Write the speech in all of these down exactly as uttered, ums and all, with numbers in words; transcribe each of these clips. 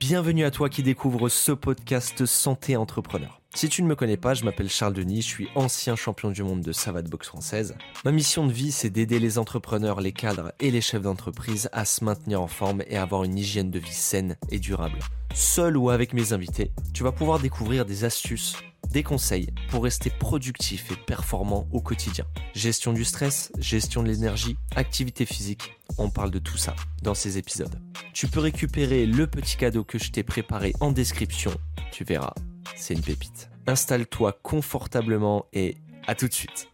Bienvenue à toi qui découvre ce podcast Santé Entrepreneur. Si tu ne me connais pas, je m'appelle Charles Denis, je suis ancien champion du monde de savate boxe française. Ma mission de vie, c'est d'aider les entrepreneurs, les cadres et les chefs d'entreprise à se maintenir en forme et avoir une hygiène de vie saine et durable. Seul ou avec mes invités, tu vas pouvoir découvrir des astuces, des conseils pour rester productif et performant au quotidien. Gestion du stress, gestion de l'énergie, activité physique, on parle de tout ça dans ces épisodes. Tu peux récupérer le petit cadeau que je t'ai préparé en description, tu verras, c'est une pépite. Installe-toi confortablement et à tout de suite.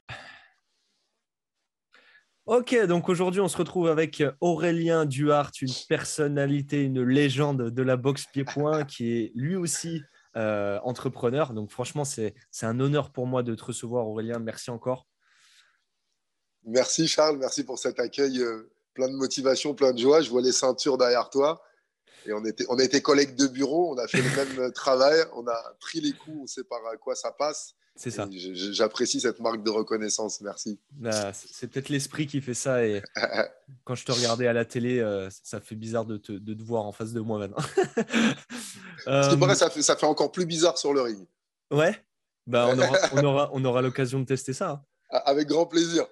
Ok, donc aujourd'hui on se retrouve avec Aurélien Duhart, une personnalité, une légende de la boxe pied-point qui est lui aussi euh, entrepreneur. Donc franchement, c'est, c'est un honneur pour moi de te recevoir, Aurélien. Merci encore. Merci Charles, merci pour cet accueil euh, plein de motivation, plein de joie. Je vois les ceintures derrière toi et on était, on a été collègues de bureau, on a fait le même travail, on a pris les coups, on sait par quoi ça passe. C'est ça. Et j'apprécie cette marque de reconnaissance, merci. Là, c'est peut-être l'esprit qui fait ça et quand je te regardais à la télé, euh, ça fait bizarre de te, de te voir en face de moi maintenant. Ce qui paraît, ça fait, ça fait encore plus bizarre sur le ring. Ouais, bah, on aura, on aura, on aura l'occasion de tester ça. Hein. Avec grand plaisir.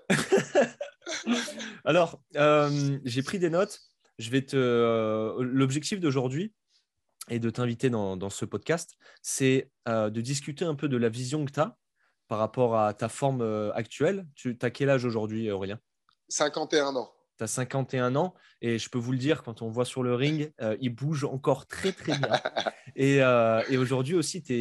Alors, euh, j'ai pris des notes. Je vais te. Euh, l'objectif d'aujourd'hui et de t'inviter dans, dans ce podcast, c'est euh, de discuter un peu de la vision que tu as par rapport à ta forme euh, actuelle. Tu as quel âge aujourd'hui, Aurélien ? cinquante et un ans. Tu as cinquante et un ans et je peux vous le dire, quand on voit sur le ring, euh, il bouge encore très, très bien. Et, euh, et aujourd'hui aussi, tu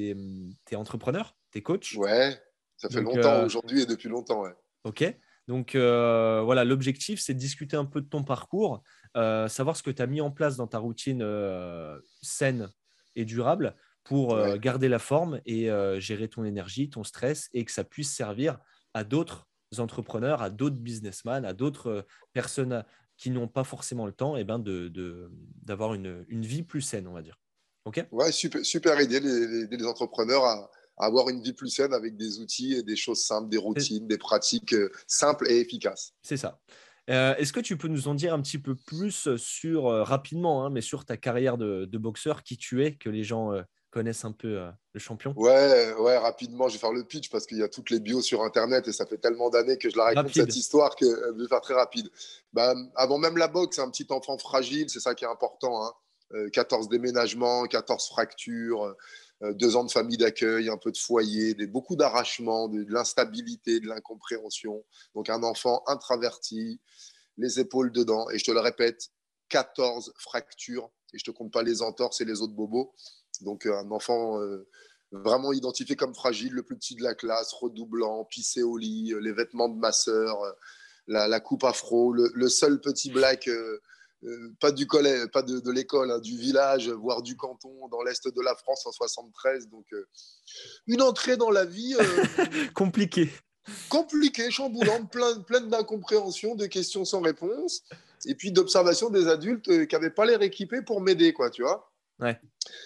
es entrepreneur, tu es coach. Ouais, ça fait Donc, longtemps euh, aujourd'hui et depuis longtemps. Ouais. Ok. Donc euh, voilà, l'objectif, c'est de discuter un peu de ton parcours, euh, savoir ce que tu as mis en place dans ta routine euh, saine et durable pour euh, Ouais. garder la forme et euh, gérer ton énergie, ton stress et que ça puisse servir à d'autres entrepreneurs, à d'autres businessmen, à d'autres euh, personnes qui n'ont pas forcément le temps eh ben de, de, d'avoir une, une vie plus saine, on va dire. Ok ? Ouais, super, super idée, les, les, les entrepreneurs à, à avoir une vie plus saine avec des outils et des choses simples, des routines, des pratiques euh, simples et efficaces. C'est ça. Euh, est-ce que tu peux nous en dire un petit peu plus sur, euh, rapidement, hein, mais sur ta carrière de, de boxeur, qui tu es, que les gens euh, connaissent un peu euh, le champion ? Ouais, ouais, rapidement, je vais faire le pitch parce qu'il y a toutes les bios sur Internet et ça fait tellement d'années que je la raconte, Rapide. cette histoire, que euh, je vais faire très rapide. Bah, avant même la boxe, un petit enfant fragile, c'est ça qui est important. Hein. Euh, quatorze déménagements, quatorze fractures, euh, deux ans de famille d'accueil, un peu de foyer, des, beaucoup d'arrachements, de, de l'instabilité, de l'incompréhension. Donc un enfant introverti, les épaules dedans. Et je te le répète, quatorze fractures. Et je ne te compte pas les entorses et les autres bobos. Donc euh, un enfant euh, vraiment identifié comme fragile, le plus petit de la classe, redoublant, pissé au lit, euh, les vêtements de ma sœur, euh, la, la coupe afro, le, le seul petit black, euh, euh, pas du collège, pas de, de l'école, hein, du village, voire du canton, dans l'est de la France en soixante-treize. Donc euh, une entrée dans la vie euh, compliquée. Compliquée, chamboulante, pleine, pleine d'incompréhension, de questions sans réponse, et puis d'observation des adultes euh, qui n'avaient pas l'air équipés pour m'aider, quoi, tu vois. Ouais.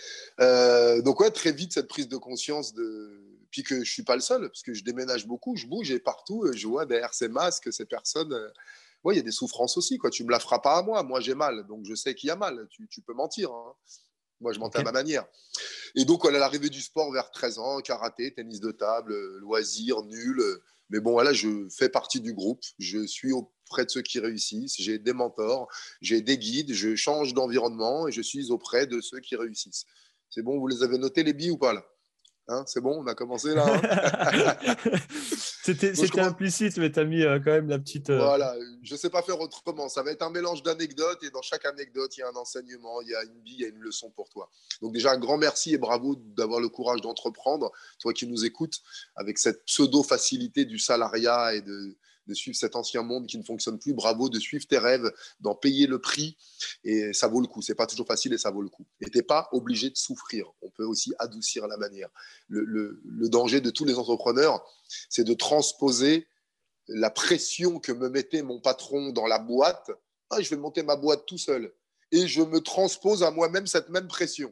Euh, donc ouais, très vite cette prise de conscience de, puis que je suis pas le seul, parce que je déménage beaucoup, je bouge et partout, je vois derrière ces masques, ces personnes. Euh... Ouais, il y a des souffrances aussi, quoi. Tu me la feras pas à moi, moi j'ai mal, donc je sais qu'il y a mal. Tu, tu peux mentir. Hein. Moi, je mentais okay. à ma manière. Et donc, à l'arrivée du sport vers treize ans, karaté, tennis de table, loisirs, nul. Mais bon, voilà, je fais partie du groupe. Je suis auprès de ceux qui réussissent. J'ai des mentors, j'ai des guides. Je change d'environnement et je suis auprès de ceux qui réussissent. C'est bon, vous les avez notés, les billes ou pas, là? Hein, c'est bon, on a commencé là. Hein. C'était, c'était commence... implicite, mais tu as mis euh, quand même la petite. Euh... Voilà, je ne sais pas faire autrement. Ça va être un mélange d'anecdotes et dans chaque anecdote, il y a un enseignement, il y a une vie, il y a une leçon pour toi. Donc, déjà, un grand merci et bravo d'avoir le courage d'entreprendre, toi qui nous écoutes, avec cette pseudo-facilité du salariat et de, de suivre cet ancien monde qui ne fonctionne plus. Bravo de suivre tes rêves, d'en payer le prix et ça vaut le coup. Ce n'est pas toujours facile et ça vaut le coup. Et tu n'es pas obligé de souffrir. On peut aussi adoucir la manière. Le, le, le danger de tous les entrepreneurs, c'est de transposer la pression que me mettait mon patron dans la boîte. Ah, je vais monter ma boîte tout seul. Et je me transpose à moi-même cette même pression.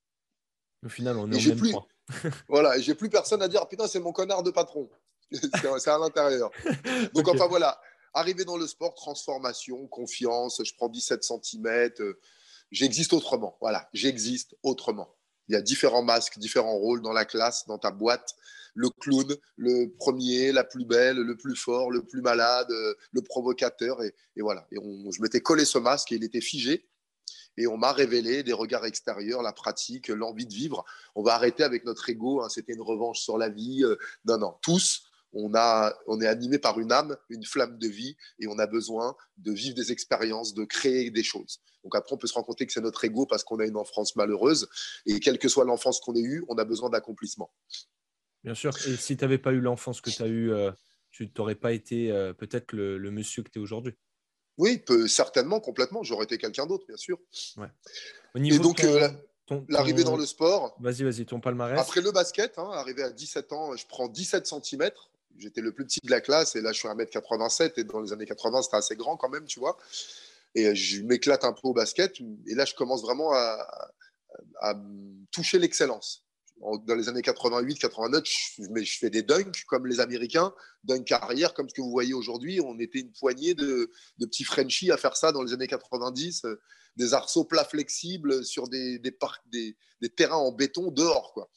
Au final, on est et au j'ai même plus, point. Voilà, et j'ai plus personne à dire, putain, c'est mon connard de patron. c'est, c'est à l'intérieur. Donc, okay. enfin, voilà. Arriver dans le sport, transformation, confiance. Je prends dix-sept centimètres. J'existe autrement. Voilà, j'existe autrement. Il y a différents masques, différents rôles dans la classe, dans ta boîte. Le clown, le premier, la plus belle, le plus fort, le plus malade, le provocateur. Et, et voilà. Et on, je m'étais collé ce masque et il était figé. Et on m'a révélé des regards extérieurs, la pratique, l'envie de vivre. On va arrêter avec notre ego. Hein, c'était une revanche sur la vie. Euh, non, non. Tous, on, a, on est animé par une âme, une flamme de vie. Et on a besoin de vivre des expériences, de créer des choses. Donc après, on peut se rendre compte que c'est notre ego parce qu'on a une enfance malheureuse. Et quelle que soit l'enfance qu'on ait eue, on a besoin d'accomplissement. Bien sûr. Et si tu n'avais pas eu l'enfance que tu as eue, euh, tu n'aurais pas été euh, peut-être le, le monsieur que tu es aujourd'hui. Oui, peut, certainement, complètement. J'aurais été quelqu'un d'autre, bien sûr. Ouais. Au niveau Et donc, de ton, euh, ton, l'arrivée ton... dans le sport. Vas-y, vas-y, ton palmarès. Après le basket, hein, arrivé à dix-sept ans, je prends dix-sept centimètres. J'étais le plus petit de la classe et là, je suis un mètre quatre-vingt-sept. Et dans les années quatre-vingts, c'était assez grand quand même, tu vois. Et je m'éclate un peu au basket. Et là, je commence vraiment à, à toucher l'excellence. Dans les années quatre-vingt-huit quatre-vingt-neuf, je, je fais des dunks comme les Américains, dunks carrière, comme ce que vous voyez aujourd'hui. On était une poignée de, de petits Frenchies à faire ça dans les années quatre-vingt-dix, euh, des arceaux plats flexibles sur des, des, parcs, des, des terrains en béton dehors, quoi.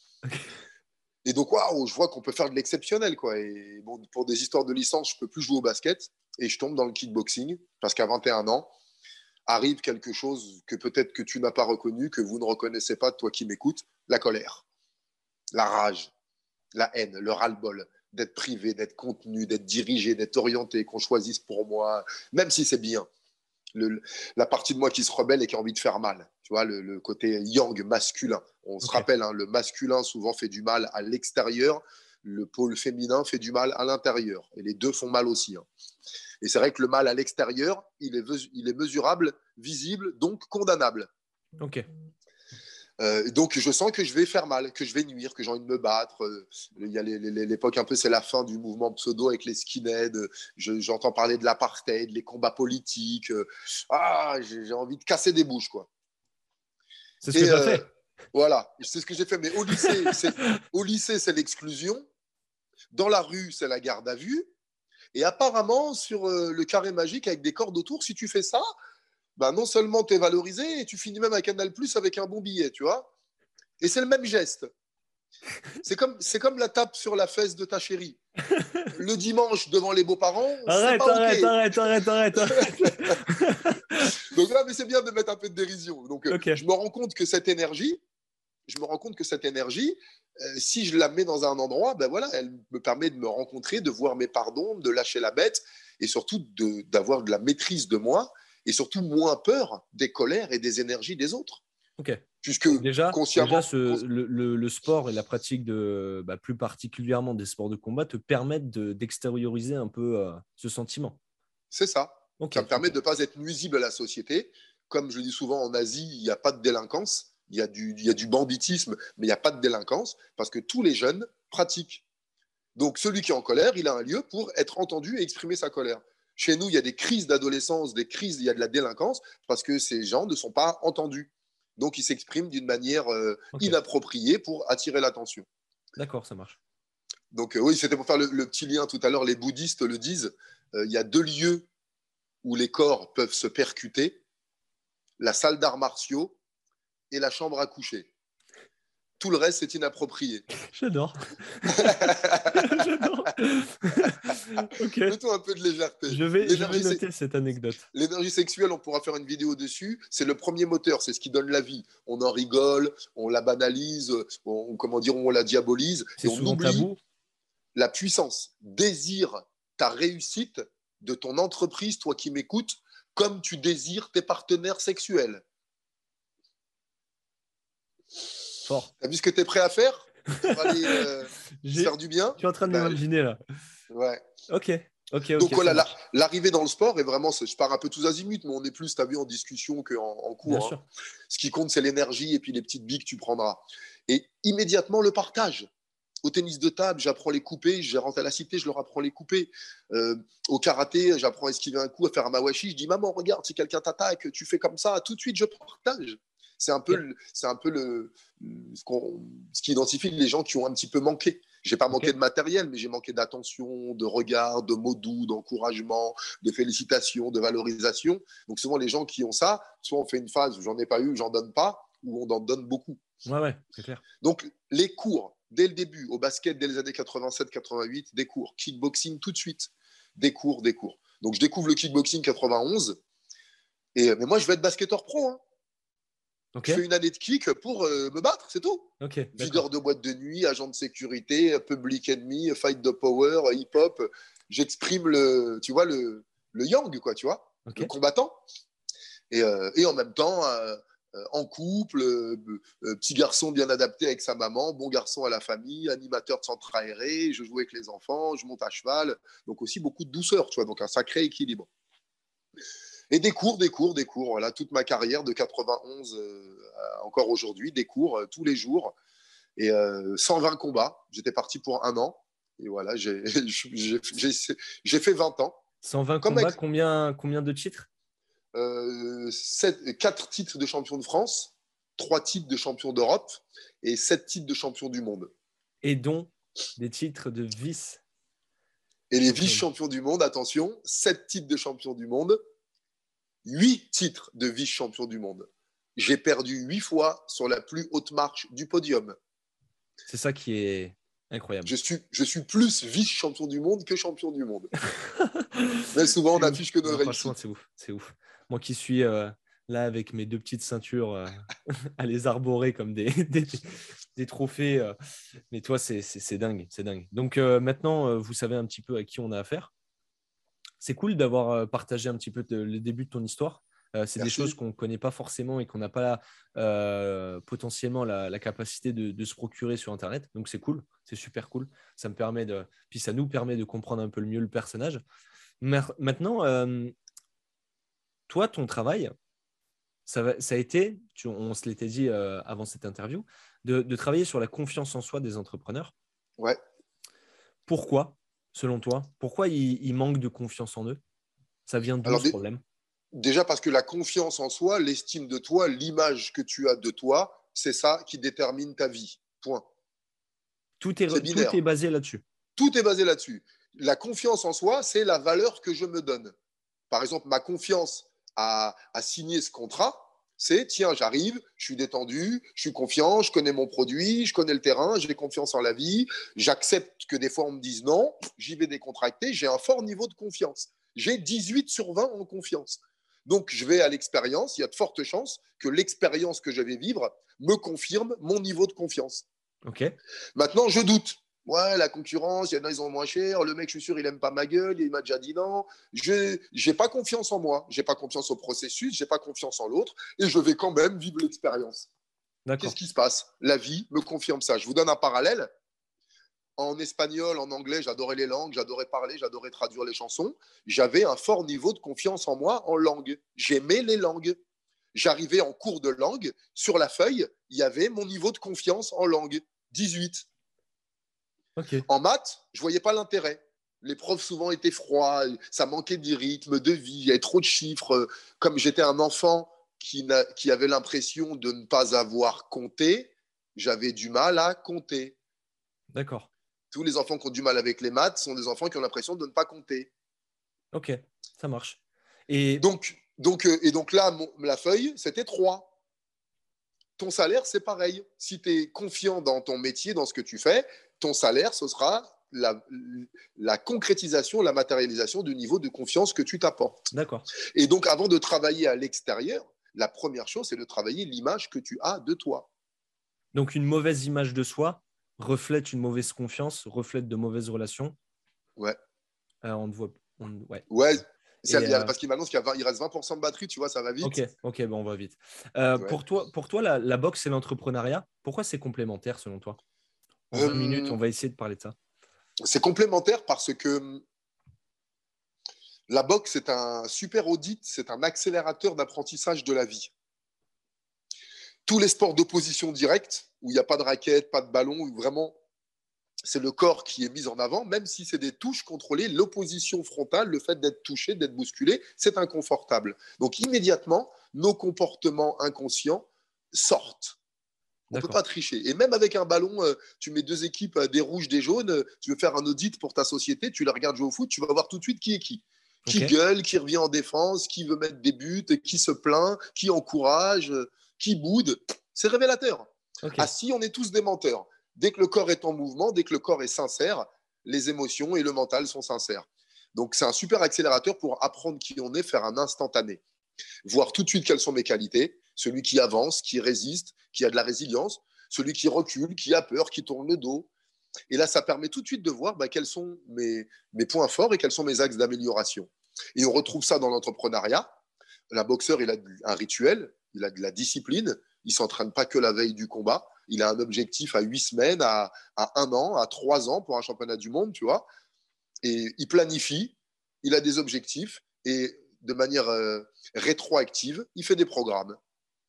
Et donc, waouh, je vois qu'on peut faire de l'exceptionnel, quoi. Et bon, pour des histoires de licence, je ne peux plus jouer au basket et je tombe dans le kickboxing parce qu'à vingt et un ans, arrive quelque chose que peut-être que tu n'as pas reconnu, que vous ne reconnaissez pas, toi qui m'écoutes, la colère. La rage, la haine, le ras-le-bol, d'être privé, d'être contenu, d'être dirigé, d'être orienté, qu'on choisisse pour moi, même si c'est bien. Le, la partie de moi qui se rebelle et qui a envie de faire mal. Tu vois, le, le côté yang, masculin. On okay. se rappelle, hein, le masculin souvent fait du mal à l'extérieur, le pôle féminin fait du mal à l'intérieur. Et les deux font mal aussi. Hein. Et c'est vrai que le mal à l'extérieur, il est, il est mesurable, visible, donc condamnable. Ok. Euh, donc, je sens que je vais faire mal, que je vais nuire, que j'ai envie de me battre. Euh, il y a les, les, l'époque un peu, c'est la fin du mouvement pseudo avec les skinheads. Je, j'entends parler de l'apartheid, les combats politiques. Euh, ah, j'ai, j'ai envie de casser des bouches, quoi. C'est ce Et, que tu as euh, fait. Voilà, c'est ce que j'ai fait. Mais au lycée, c'est, au lycée, c'est l'exclusion. Dans la rue, c'est la garde à vue. Et apparemment, sur euh, le carré magique avec des cordes autour, si tu fais ça, ben non seulement tu es valorisé, et tu finis même à Canal Plus avec un bon billet, tu vois. Et c'est le même geste. C'est comme, c'est comme la tape sur la fesse de ta chérie. Le dimanche, devant les beaux-parents, arrête, c'est pas arrête, okay. arrête, arrête, arrête, arrête. Donc là, mais c'est bien de mettre un peu de dérision. Donc, okay. je me rends compte que cette énergie, je me rends compte que cette énergie, euh, si je la mets dans un endroit, ben voilà, elle me permet de me rencontrer, de voir mes pardons, de lâcher la bête, et surtout de, d'avoir de la maîtrise de moi, et surtout moins peur des colères et des énergies des autres. Ok. Puisque déjà, consciemment, déjà ce, le, le, le sport et la pratique de, bah, plus particulièrement des sports de combat te permettent de, d'extérioriser un peu euh, ce sentiment. C'est ça. Okay, ça me permet de ne pas être nuisible à la société. Comme je le dis souvent, en Asie, il n'y a pas de délinquance. Il y a du, il y a du banditisme, mais il n'y a pas de délinquance parce que tous les jeunes pratiquent. Donc, celui qui est en colère, il a un lieu pour être entendu et exprimer sa colère. Chez nous, il y a des crises d'adolescence, des crises, il y a de la délinquance parce que ces gens ne sont pas entendus. Donc, ils s'expriment d'une manière euh, okay. inappropriée pour attirer l'attention. D'accord, ça marche. Donc, euh, oui, c'était pour faire le, le petit lien tout à l'heure. Les bouddhistes le disent. Euh, il y a deux lieux où les corps peuvent se percuter, la salle d'arts martiaux et la chambre à coucher. Tout le reste, c'est inapproprié. J'adore. J'adore. Ok. Mets-toi un peu de légèreté. Je vais, je vais noter cette anecdote. L'énergie sexuelle, on pourra faire une vidéo dessus. C'est le premier moteur, c'est ce qui donne la vie. On en rigole, on la banalise, on, comment dire, on la diabolise. C'est et on souvent oublie tabou. La puissance. Désire ta réussite de ton entreprise, toi qui m'écoutes, comme tu désires tes partenaires sexuels. Fort. T'as vu ce que tu es prêt à faire pour aller euh, faire du bien? Tu es en train de ben, m'imaginer là. Ouais. Ok. Ok, ok. Donc voilà, la, l'arrivée dans le sport est vraiment, je pars un peu tous azimuts, mais on est plus, tu as vu, en discussion qu'en en cours. Bien hein. sûr. Ce qui compte, c'est l'énergie et puis les petites billes que tu prendras. Et immédiatement, le partage. Au tennis de table, j'apprends les coupés. Je rentre à la cité, je leur apprends les coupés. Euh, au karaté, j'apprends à esquiver un coup, à faire un mawashi. Je dis, maman, regarde, si quelqu'un t'attaque, tu fais comme ça. Tout de suite, je partage. C'est un peu, yeah. le, c'est un peu le, ce, qu'on, ce qui identifie les gens qui ont un petit peu manqué. J'ai pas manqué Ok. de matériel, mais j'ai manqué d'attention, de regard, de mots doux, d'encouragement, de félicitations, de valorisation. Donc souvent, les gens qui ont ça, soit on fait une phase où j'en ai pas eu, j'en donne pas, ou on en donne beaucoup. Ouais, ouais, c'est clair. Donc les cours, dès le début, au basket, dès les années quatre-vingt-sept quatre-vingt-huit, des cours. Kickboxing tout de suite, des cours, des cours. Donc je découvre le kickboxing quatre-vingt-onze, et, mais moi je veux être basketteur pro, hein. Ok, Je fais une année de kick pour euh, me battre, c'est tout. ok, Videur d'accord. de boîte de nuit, agent de sécurité, public enemy, fight the power, hip-hop. J'exprime le, tu vois, le, le yang, quoi, tu vois, Ok. le combattant. Et, euh, et en même temps, euh, euh, en couple, euh, euh, petit garçon bien adapté avec sa maman, bon garçon à la famille, animateur de centre aéré, je joue avec les enfants, je monte à cheval. Donc aussi beaucoup de douceur, tu vois, donc un sacré équilibre. Et des cours, des cours, des cours. Voilà, toute ma carrière de quatre-vingt-onze euh, encore aujourd'hui, des cours euh, tous les jours. Et euh, cent vingt combats. J'étais parti pour un an. Et voilà, j'ai, j'ai, j'ai, j'ai fait vingt ans. cent vingt Comme combats, avec combien, combien de titres? euh, quatre titres de champion de France, trois titres de champion d'Europe et sept titres de champion du monde. Et dont des titres de vice-champion. Et les vice-champions du monde, attention, sept titres de champion du monde, huit titres de vice-champion du monde. J'ai perdu huit fois sur la plus haute marche du podium. C'est ça qui est incroyable. Je suis, je suis plus vice-champion du monde que champion du monde. Mais souvent, on n'affiche que nos Franchement, réussites. c'est ouf, c'est ouf. Moi qui suis euh, là avec mes deux petites ceintures euh, à les arborer comme des, des, des trophées. Euh, mais toi, c'est, c'est, c'est dingue, c'est dingue. Donc euh, maintenant, euh, vous savez un petit peu à qui on a affaire. C'est cool d'avoir euh, partagé un petit peu de, le début de ton histoire. Euh, c'est des choses Merci. qu'on ne connaît pas forcément et qu'on n'a pas euh, potentiellement la, la capacité de, de, se procurer sur Internet. Donc, c'est cool, c'est super cool. Ça me permet de, puis ça nous permet de comprendre un peu mieux le personnage. Maintenant, euh, toi, ton travail, ça, va, ça a été, tu, on se l'était dit euh, avant cette interview, de, de travailler sur la confiance en soi des entrepreneurs. Ouais. Pourquoi, selon toi? Pourquoi ils, ils manquent de confiance en eux? Ça vient d'où Alors, ce dé- problème? déjà parce que la confiance en soi, l'estime de toi, l'image que tu as de toi, c'est ça qui détermine ta vie. Point. Tout est, C'est tout binaire. est basé là-dessus. Tout est basé là-dessus. La confiance en soi, c'est la valeur que je me donne. Par exemple, ma confiance à, à signer ce contrat, c'est tiens, j'arrive, je suis détendu, je suis confiant, je connais mon produit, je connais le terrain, j'ai confiance en la vie, j'accepte que des fois on me dise non, j'y vais décontracter, j'ai un fort niveau de confiance. J'ai dix-huit sur vingt en confiance. Donc, je vais à l'expérience, il y a de fortes chances que l'expérience que je vais vivre me confirme mon niveau de confiance. Ok. Maintenant, je doute. Ouais, la concurrence, il y en a, ils ont moins cher. Le mec, je suis sûr, il aime pas ma gueule. Il m'a déjà dit non. Je n'ai pas confiance en moi. J'ai pas confiance au processus. J'ai pas confiance en l'autre. Et je vais quand même vivre l'expérience. Qu'est-ce D'accord. qui se passe? La vie me confirme ça. Je vous donne un parallèle. En espagnol, en anglais, j'adorais les langues. J'adorais parler. J'adorais traduire les chansons. J'avais un fort niveau de confiance en moi en langue. J'aimais les langues. J'arrivais en cours de langue. Sur la feuille, il y avait mon niveau de confiance en langue. dix-huit. Ok. En maths, je voyais pas l'intérêt. Les profs souvent étaient froids, ça manquait de rythme, de vie, il y avait trop de chiffres. Comme j'étais un enfant qui, qui avait l'impression de ne pas avoir compté, j'avais du mal à compter. D'accord. Tous les enfants qui ont du mal avec les maths sont des enfants qui ont l'impression de ne pas compter. Ok. Ça marche. Et Donc, donc, et donc là, mon, la feuille, c'était trois. Ton salaire, c'est pareil. Si tu es confiant dans ton métier, dans ce que tu fais, ton salaire, ce sera la, la concrétisation, la matérialisation du niveau de confiance que tu t'apportes. d'accord. Et donc, avant de travailler à l'extérieur, la première chose, c'est de travailler l'image que tu as de toi. Donc, une mauvaise image de soi reflète une mauvaise confiance, reflète de mauvaises relations. Ouais. Euh, on te voit. On, ouais. Ouais. Et, euh, parce qu'il m'annonce qu'il y a vingt, il reste vingt pour cent de batterie, tu vois, ça va vite. ok, ok, bon, on va vite. Euh, Ouais. pour toi, pour toi la, la boxe et l'entrepreneuriat, pourquoi c'est complémentaire selon toi? En vingt euh, minutes, on va essayer de parler de ça. C'est complémentaire parce que la boxe, c'est un super audit, c'est un accélérateur d'apprentissage de la vie. Tous les sports d'opposition directe, où il n'y a pas de raquette, pas de ballon, où vraiment c'est le corps qui est mis en avant, même si c'est des touches contrôlées, l'opposition frontale, le fait d'être touché, d'être bousculé, c'est inconfortable. Donc immédiatement, nos comportements inconscients sortent. On ne peut pas tricher. Et même avec un ballon, euh, tu mets deux équipes, euh, des rouges, des jaunes, euh, tu veux faire un audit pour ta société, tu la regardes jouer au foot, tu vas voir tout de suite qui est qui. Qui Ok. gueule, qui revient en défense, qui veut mettre des buts, qui se plaint, qui encourage, euh, qui boude. C'est révélateur. Ok. Ah si, on est tous des menteurs. Dès que le corps est en mouvement, dès que le corps est sincère, les émotions et le mental sont sincères. Donc c'est un super accélérateur pour apprendre qui on est, faire un instantané. Voir tout de suite quelles sont mes qualités, celui qui avance, qui résiste, qui a de la résilience, celui qui recule, qui a peur, qui tourne le dos. Et là, ça permet tout de suite de voir bah, quels sont mes, mes points forts et quels sont mes axes d'amélioration. Et on retrouve ça dans l'entrepreneuriat. Un boxeur, il a un rituel, il a de la discipline, il ne s'entraîne pas que la veille du combat, il a un objectif à huit semaines, à, à un an, à trois ans pour un championnat du monde, tu vois. Et il planifie, il a des objectifs et de manière euh, rétroactive, il fait des programmes.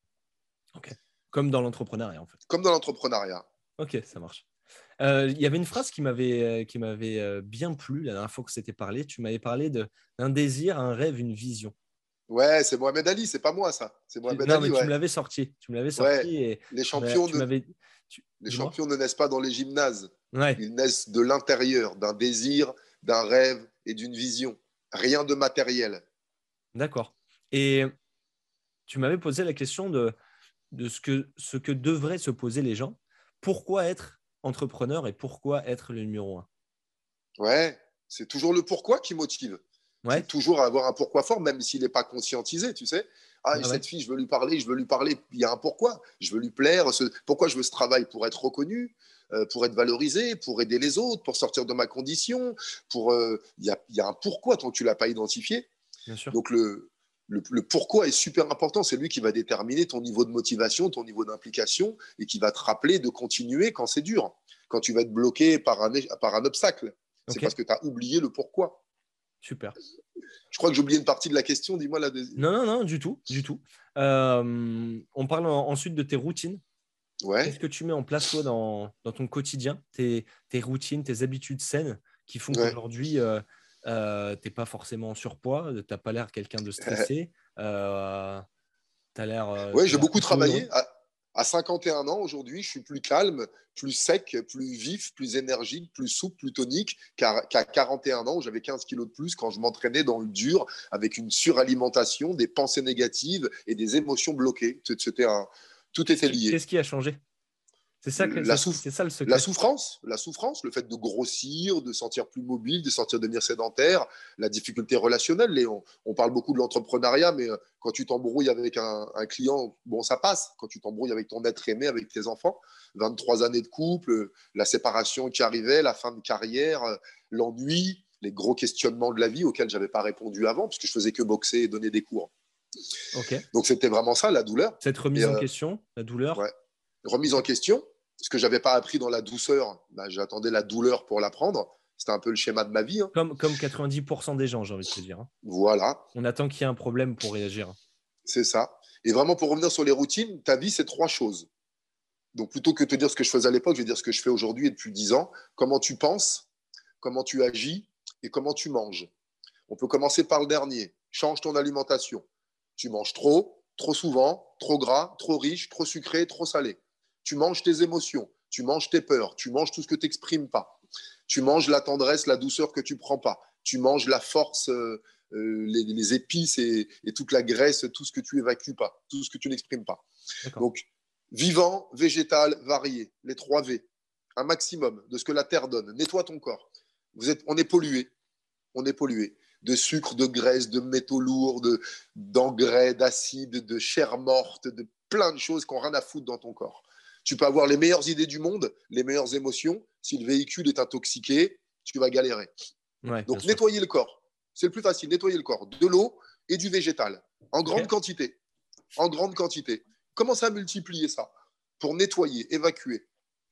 Ok. Comme dans l'entrepreneuriat, en fait. Comme dans l'entrepreneuriat. Ok, ça marche. Euh, Il y avait une phrase qui m'avait euh, qui m'avait euh, bien plu la dernière fois que c'était parlé. Tu m'avais parlé de, d'un désir, un rêve, une vision. Ouais, c'est Mohamed Ali, c'est pas moi ça. C'est Tu- Mohamed non, Ali, mais tu ouais. me l'avais sorti. Tu me l'avais Ouais, sorti et les tu m'as- champions, tu ne, m'avais. tu- les Dis-moi. champions ne naissent pas dans les gymnases. Ouais, Ils naissent de l'intérieur, d'un désir, d'un rêve et d'une vision. Rien de matériel. d'accord. Et tu m'avais posé la question de, de ce que, ce que devraient se poser les gens. Pourquoi être entrepreneur et pourquoi être le numéro un? Ouais, c'est toujours le pourquoi qui motive. Ouais, C'est toujours avoir un pourquoi fort, même s'il n'est pas conscientisé, tu sais. Ah, ouais, ouais. cette fille, je veux lui parler, je veux lui parler. Il y a un pourquoi. Je veux lui plaire. Ce... Pourquoi je veux ce travail? Pour être reconnu, euh, pour être valorisé, pour aider les autres, pour sortir de ma condition. Pour, euh, il y a, il y a un pourquoi tant que tu ne l'as pas identifié. Bien sûr. Donc, le, le, le pourquoi est super important. C'est lui qui va déterminer ton niveau de motivation, ton niveau d'implication et qui va te rappeler de continuer quand c'est dur, quand tu vas être bloqué par un, par un obstacle. C'est Ok, parce que tu as oublié le pourquoi. super. Je crois que j'ai oublié une partie de la question. Dis-moi la deuxième. Non, non, non, du tout, du tout. Euh, on parle en- ensuite de tes routines. Qu'est-ce Ouais, que tu mets en place, toi, dans, dans ton quotidien, tes, tes routines, tes habitudes saines qui font ouais. qu'aujourd'hui, euh, euh, tu n'es pas forcément en surpoids, tu n'as pas l'air quelqu'un de stressé, euh, tu as l'air euh, Ouais, t'as j'ai l'air beaucoup plutôt travaillé. heureux. À, à cinquante et un ans, aujourd'hui, je suis plus calme, plus sec, plus vif, plus énergique, plus souple, plus tonique qu'à, qu'à quarante et un ans où j'avais quinze kilos de plus quand je m'entraînais dans le dur avec une suralimentation, des pensées négatives et des émotions bloquées. C'était un, tout Qu'est-ce était qui, lié. qu'est-ce qui a changé? C'est ça, que- La, c'est, souf- c'est ça le la secret. souffrance, la souffrance, le fait de grossir, de sentir plus mobile, de sentir devenir sédentaire, la difficulté relationnelle. Les- on, on parle beaucoup de l'entrepreneuriat, mais euh, quand tu t'embrouilles avec un, un client, bon, ça passe. Quand tu t'embrouilles avec ton être aimé, avec tes enfants, vingt-trois années de couple, euh, la séparation qui arrivait, la fin de carrière, euh, l'ennui, les gros questionnements de la vie auxquels j'avais pas répondu avant, parce que je faisais que boxer et donner des cours. Ok. Donc c'était vraiment ça, la douleur. Cette Et remise en euh, question, la douleur. ouais, remise Ok. en question. Ce que j'avais pas appris dans la douceur, bah, j'attendais la douleur pour l'apprendre. C'était un peu le schéma de ma vie, hein. Comme, comme quatre-vingt-dix pour cent des gens, j'ai envie de te dire, hein. Voilà, On attend qu'il y ait un problème pour réagir. c'est ça. Et vraiment, pour revenir sur les routines, ta vie, c'est trois choses. Donc, plutôt que de te dire ce que je faisais à l'époque, je vais dire ce que je fais aujourd'hui et depuis dix ans. Comment tu penses, comment tu agis et comment tu manges. On peut commencer par le dernier. Change ton alimentation. Tu manges trop, trop souvent, trop gras, trop riche, trop sucré, trop salé. Tu manges tes émotions, tu manges tes peurs, tu manges tout ce que tu n'exprimes pas. Tu manges la tendresse, la douceur que tu ne prends pas. Tu manges la force, euh, euh, les, les, épices et, et, toute la graisse, tout ce que tu évacues pas, tout ce que tu n'exprimes pas. D'accord. Donc, vivant, végétal, varié, les trois V. Un maximum de ce que la terre donne. Nettoie ton corps. Vous êtes, on est pollué. On est pollué. De sucre, de graisse, de métaux lourds, de, d'engrais, d'acide, de chair morte, de plein de choses qui n'ont rien à foutre dans ton corps. Tu peux avoir les meilleures idées du monde, les meilleures émotions. Si le véhicule est intoxiqué, tu vas galérer. Ouais, bien Donc, sûr. nettoyer le corps. C'est le plus facile, nettoyer le corps. De l'eau et du végétal. En grande Ok. quantité. En grande quantité. Commence à multiplier ça pour nettoyer, évacuer.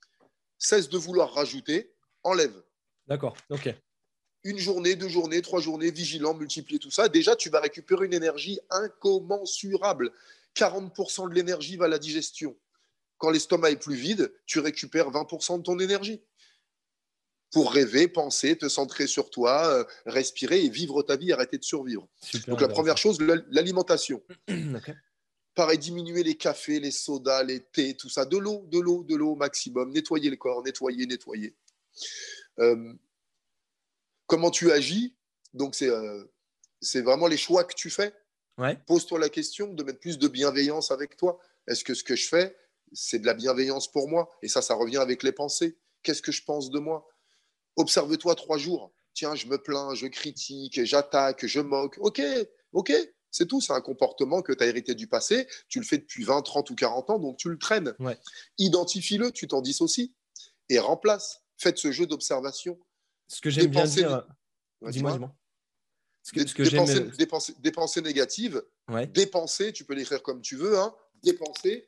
Cesse de vouloir rajouter, enlève. D'accord. Ok. Une journée, deux journées, trois journées, vigilant, multiplier tout ça. Déjà, tu vas récupérer une énergie incommensurable. quarante pour cent de l'énergie va à la digestion. Quand l'estomac est plus vide, tu récupères vingt pour cent de ton énergie pour rêver, penser, te centrer sur toi, euh, respirer et vivre ta vie, arrêter de survivre. Super Donc la première intéressant. chose, l'alimentation. Ok. Pareil, diminuer les cafés, les sodas, les thés, tout ça. De l'eau, de l'eau, de l'eau au maximum. Nettoyer le corps, nettoyer, nettoyer. Euh, comment tu agis? Donc, c'est, euh, c'est vraiment les choix que tu fais. Ouais. Pose-toi la question de mettre plus de bienveillance avec toi. Est-ce que ce que je fais, c'est de la bienveillance pour moi? Et ça, ça revient avec les pensées. Qu'est-ce que je pense de moi? Observe-toi trois jours. Tiens, je me plains, je critique, j'attaque, je moque. Ok, ok. C'est tout, c'est un comportement que tu as hérité du passé, tu le fais depuis vingt, trente ou quarante ans, donc tu le traînes. Ouais. Identifie-le, tu t'en dissocies et remplace. Faites ce jeu d'observation. Ce que j'aime Dépenser... bien dire… Ouais, dis-moi, dis-moi. dis-moi. Ce que, Des, ce que des, j'aime… pensées, des, pensées, des pensées négatives, ouais. dépenser, tu peux l'écrire comme tu veux, hein, dépenser,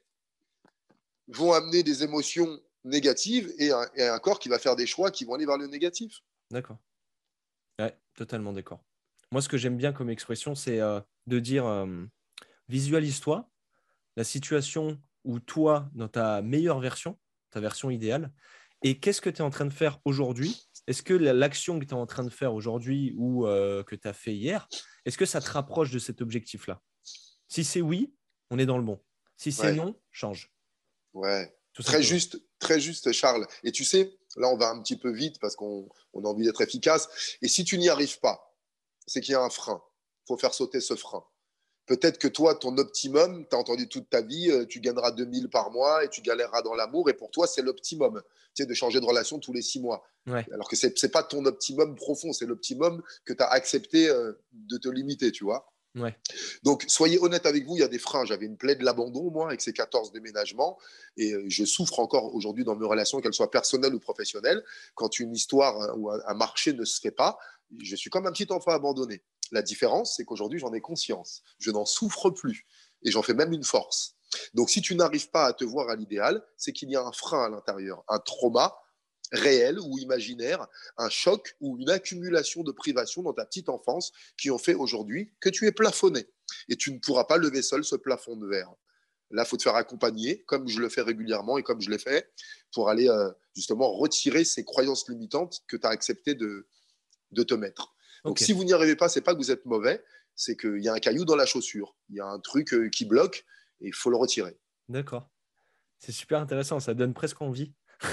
vont amener des émotions négatives et un, et un corps qui va faire des choix qui vont aller vers le négatif. D'accord. Ouais, totalement d'accord. Moi, ce que j'aime bien comme expression, c'est euh, de dire euh, visualise-toi la situation où toi, dans ta meilleure version, ta version idéale, et qu'est-ce que tu es en train de faire aujourd'hui? Est-ce que l'action que tu es en train de faire aujourd'hui ou euh, que tu as fait hier, est-ce que ça te rapproche de cet objectif-là? Si c'est oui, on est dans le bon. Si c'est Ouais. non, change. Ouais. Tout Très simplement. juste, très juste, Charles. Et tu sais, là, on va un petit peu vite parce qu'on on a envie d'être efficace. Et si tu n'y arrives pas, c'est qu'il y a un frein. Il faut faire sauter ce frein. Peut-être que toi, ton optimum, tu as entendu toute ta vie, euh, tu gagneras deux mille par mois et tu galéreras dans l'amour. Et pour toi, c'est l'optimum, tu sais, de changer de relation tous les six mois. Ouais. Alors que ce n'est pas ton optimum profond, c'est l'optimum que tu as accepté euh, de te limiter, tu vois. Ouais. Donc, soyez honnête avec vous, il y a des freins. J'avais une plaie de l'abandon, moi, avec ces quatorze déménagements. Et euh, je souffre encore aujourd'hui dans mes relations, qu'elles soient personnelles ou professionnelles. Quand une histoire hein, ou un, un marché ne se fait pas, je suis comme un petit enfant abandonné. La différence, c'est qu'aujourd'hui, j'en ai conscience. Je n'en souffre plus. Et j'en fais même une force. Donc, si tu n'arrives pas à te voir à l'idéal, c'est qu'il y a un frein à l'intérieur, un trauma réel ou imaginaire, un choc ou une accumulation de privations dans ta petite enfance qui ont fait aujourd'hui que tu es plafonné. Et tu ne pourras pas lever seul ce plafond de verre. Là, il faut te faire accompagner, comme je le fais régulièrement et comme je l'ai fait, pour aller euh, justement retirer ces croyances limitantes que tu as accepté de, de te mettre. Donc, okay. Si vous n'y arrivez pas, ce n'est pas que vous êtes mauvais, c'est qu'il y a un caillou dans la chaussure. Il y a un truc euh, qui bloque et il faut le retirer. D'accord. C'est super intéressant. Ça donne presque envie.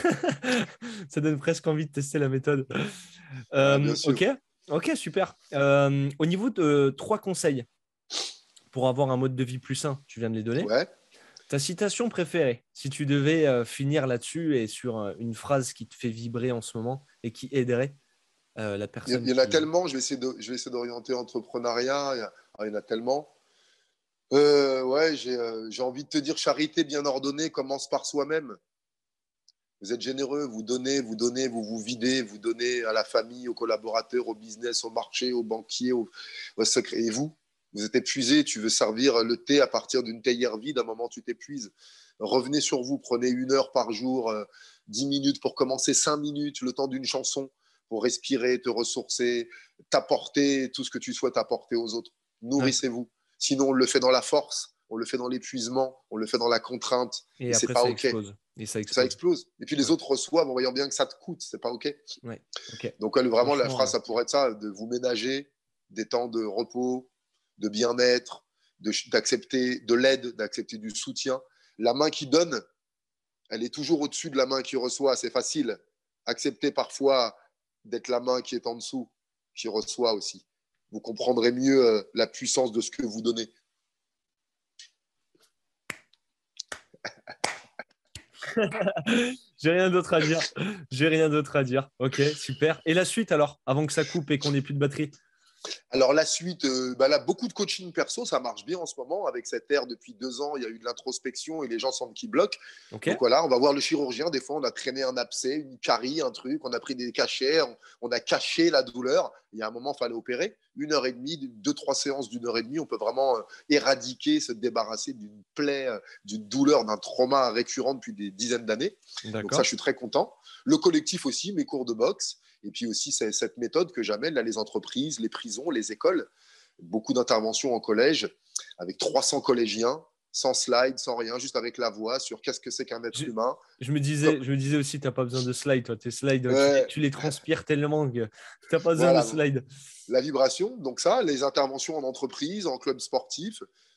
Ça donne presque envie de tester la méthode. Ah, Euh, bien sûr. ok, ok, super. Euh, au niveau de trois conseils pour avoir un mode de vie plus sain, tu viens de les donner. Ouais. Ta citation préférée, si tu devais euh, finir là-dessus et sur euh, une phrase qui te fait vibrer en ce moment et qui aiderait euh, la personne. Il y, il y en a qui… tellement, je vais essayer, de, je vais essayer d'orienter entrepreneuriat. Il y, a, ah, il y en a tellement. Euh, ouais, j'ai euh, j'ai envie de te dire, charité bien ordonnée commence par soi-même. Vous êtes généreux, vous donnez, vous donnez, vous vous videz, vous donnez à la famille, aux collaborateurs, au business, au marché, aux banquiers, aux, aux secrets. Et vous, vous êtes épuisé, tu veux servir le thé à partir d'une théière vide, à un moment tu t'épuises. Revenez sur vous, prenez une heure par jour, euh, dix minutes pour commencer, cinq minutes, le temps d'une chanson, pour respirer, te ressourcer, t'apporter tout ce que tu souhaites apporter aux autres. Nourrissez-vous. Sinon, on le fait dans la force, on le fait dans l'épuisement, on le fait dans la contrainte. Et, Et c'est après, pas ça OK. explose. Et ça explose. Ça explose. Et puis les ouais. autres reçoivent en voyant bien que ça te coûte. C'est pas OK. Ouais. Okay. Donc, vraiment, la phrase, euh... ça pourrait être ça, de vous ménager des temps de repos, de bien-être, de, d'accepter de l'aide, d'accepter du soutien. La main qui donne, elle est toujours au-dessus de la main qui reçoit. C'est facile. Accepter parfois d'être la main qui est en dessous, qui reçoit aussi. Vous comprendrez mieux euh, la puissance de ce que vous donnez. J'ai rien d'autre à dire. J'ai rien d'autre à dire. Ok, super. Et la suite alors, avant que ça coupe et qu'on n'ait plus de batterie? Alors la suite, euh, bah là, beaucoup de coaching perso, ça marche bien en ce moment. Avec cette ère depuis deux ans, il y a eu de l'introspection et les gens sentent qu'ils bloquent. Okay. Donc voilà, on va voir le chirurgien. Des fois, on a traîné un abcès, une carie, un truc, on a pris des cachets, on, on a caché la douleur. Il y a un moment, il fallait opérer. Une heure et demie, deux, trois séances d'une heure et demie, on peut vraiment euh, éradiquer, se débarrasser d'une plaie, euh, d'une douleur, d'un trauma récurrent depuis des dizaines d'années. D'accord. Donc ça, je suis très content. Le collectif aussi, mes cours de boxe. Et puis aussi, c'est cette méthode que j'amène à les entreprises, les prisons, les écoles. Beaucoup d'interventions en collège avec trois cents collégiens, sans slide, sans rien, juste avec la voix sur qu'est-ce que c'est qu'un être je, humain. Je me disais, je me disais aussi, tu n'as pas besoin de slide. Toi, tes slides, ouais. tu, les, tu les transpires tellement que tu n'as pas besoin voilà, de slide. La vibration, donc ça, les interventions en entreprise, en club sportif,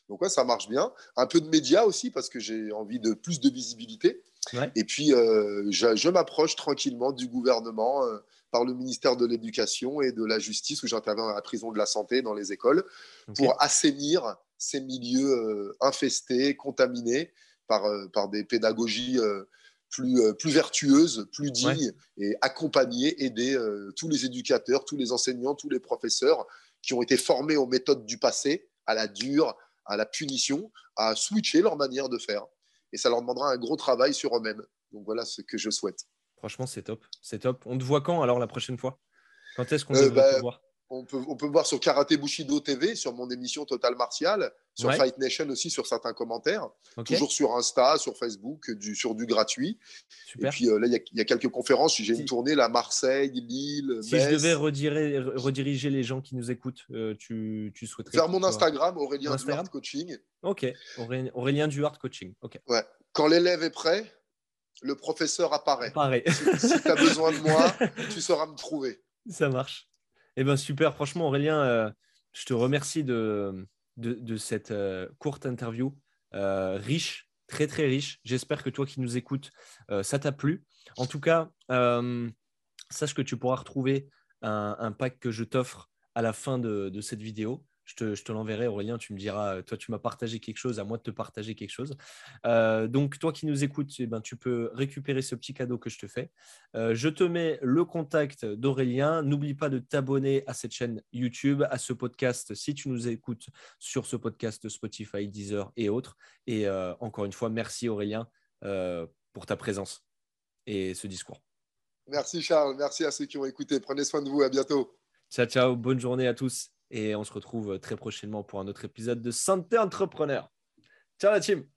Donc, ouais, ça marche bien. Un peu de médias aussi, parce que j'ai envie de plus de visibilité. Ouais. Et puis, euh, je, je m'approche tranquillement du gouvernement euh, par le ministère de l'Éducation et de la Justice, où j'interviens à la prison de la santé, dans les écoles, Ok. pour assainir ces milieux euh, infestés, contaminés par, euh, par des pédagogies euh, plus, euh, plus vertueuses, plus Ouais. dignes, et accompagner, aider euh, tous les éducateurs, tous les enseignants, tous les professeurs qui ont été formés aux méthodes du passé, à la dure, à la punition, à switcher leur manière de faire. Et ça leur demandera un gros travail sur eux-mêmes. Donc voilà ce que je souhaite. Franchement, c'est top. C'est top. On te voit quand alors la prochaine fois? Quand est-ce qu'on Euh, devrait te bah, voir? on, peut, on peut me voir sur Karaté Bushido T V, sur mon émission Total Martial, sur Ouais. Fight Nation aussi, sur certains commentaires. Ok. Toujours sur Insta, sur Facebook, du, sur du gratuit. Et Super. puis euh, là, il y, y a quelques conférences. J'ai une Si, tournée là, Marseille, Lille, si je devais Metz. rediriger, rediriger les gens qui nous écoutent, euh, tu, tu souhaiterais Vers qu'ils mon soient Instagram, sur Aurélien Instagram? Duarte Coaching. Ok. Auré- Aurélien Duhart Coaching. Ok. Ouais. Quand l'élève est prêt, le professeur apparaît. Pareil. Si, si tu as besoin de moi, tu sauras me trouver. Ça marche. Eh ben super. Franchement, Aurélien, euh, je te remercie de, de, de cette euh, courte interview euh, riche, très très riche. J'espère que toi qui nous écoutes, euh, ça t'a plu. En tout cas, euh, sache que tu pourras retrouver un, un pack que je t'offre à la fin de, de cette vidéo. Je te, je te l'enverrai, Aurélien. Tu me diras, toi, tu m'as partagé quelque chose, à moi de te partager quelque chose. Euh, donc, toi qui nous écoutes, eh ben, tu peux récupérer ce petit cadeau que je te fais. Euh, je te mets le contact d'Aurélien. N'oublie pas de t'abonner à cette chaîne YouTube, à ce podcast, si tu nous écoutes sur ce podcast Spotify, Deezer et autres. Et euh, encore une fois, merci Aurélien euh, pour ta présence et ce discours. Merci Charles, merci à ceux qui ont écouté. Prenez soin de vous, à bientôt. Ciao, ciao, bonne journée à tous et on se retrouve très prochainement pour un autre épisode de Santé Entrepreneur. Ciao la team!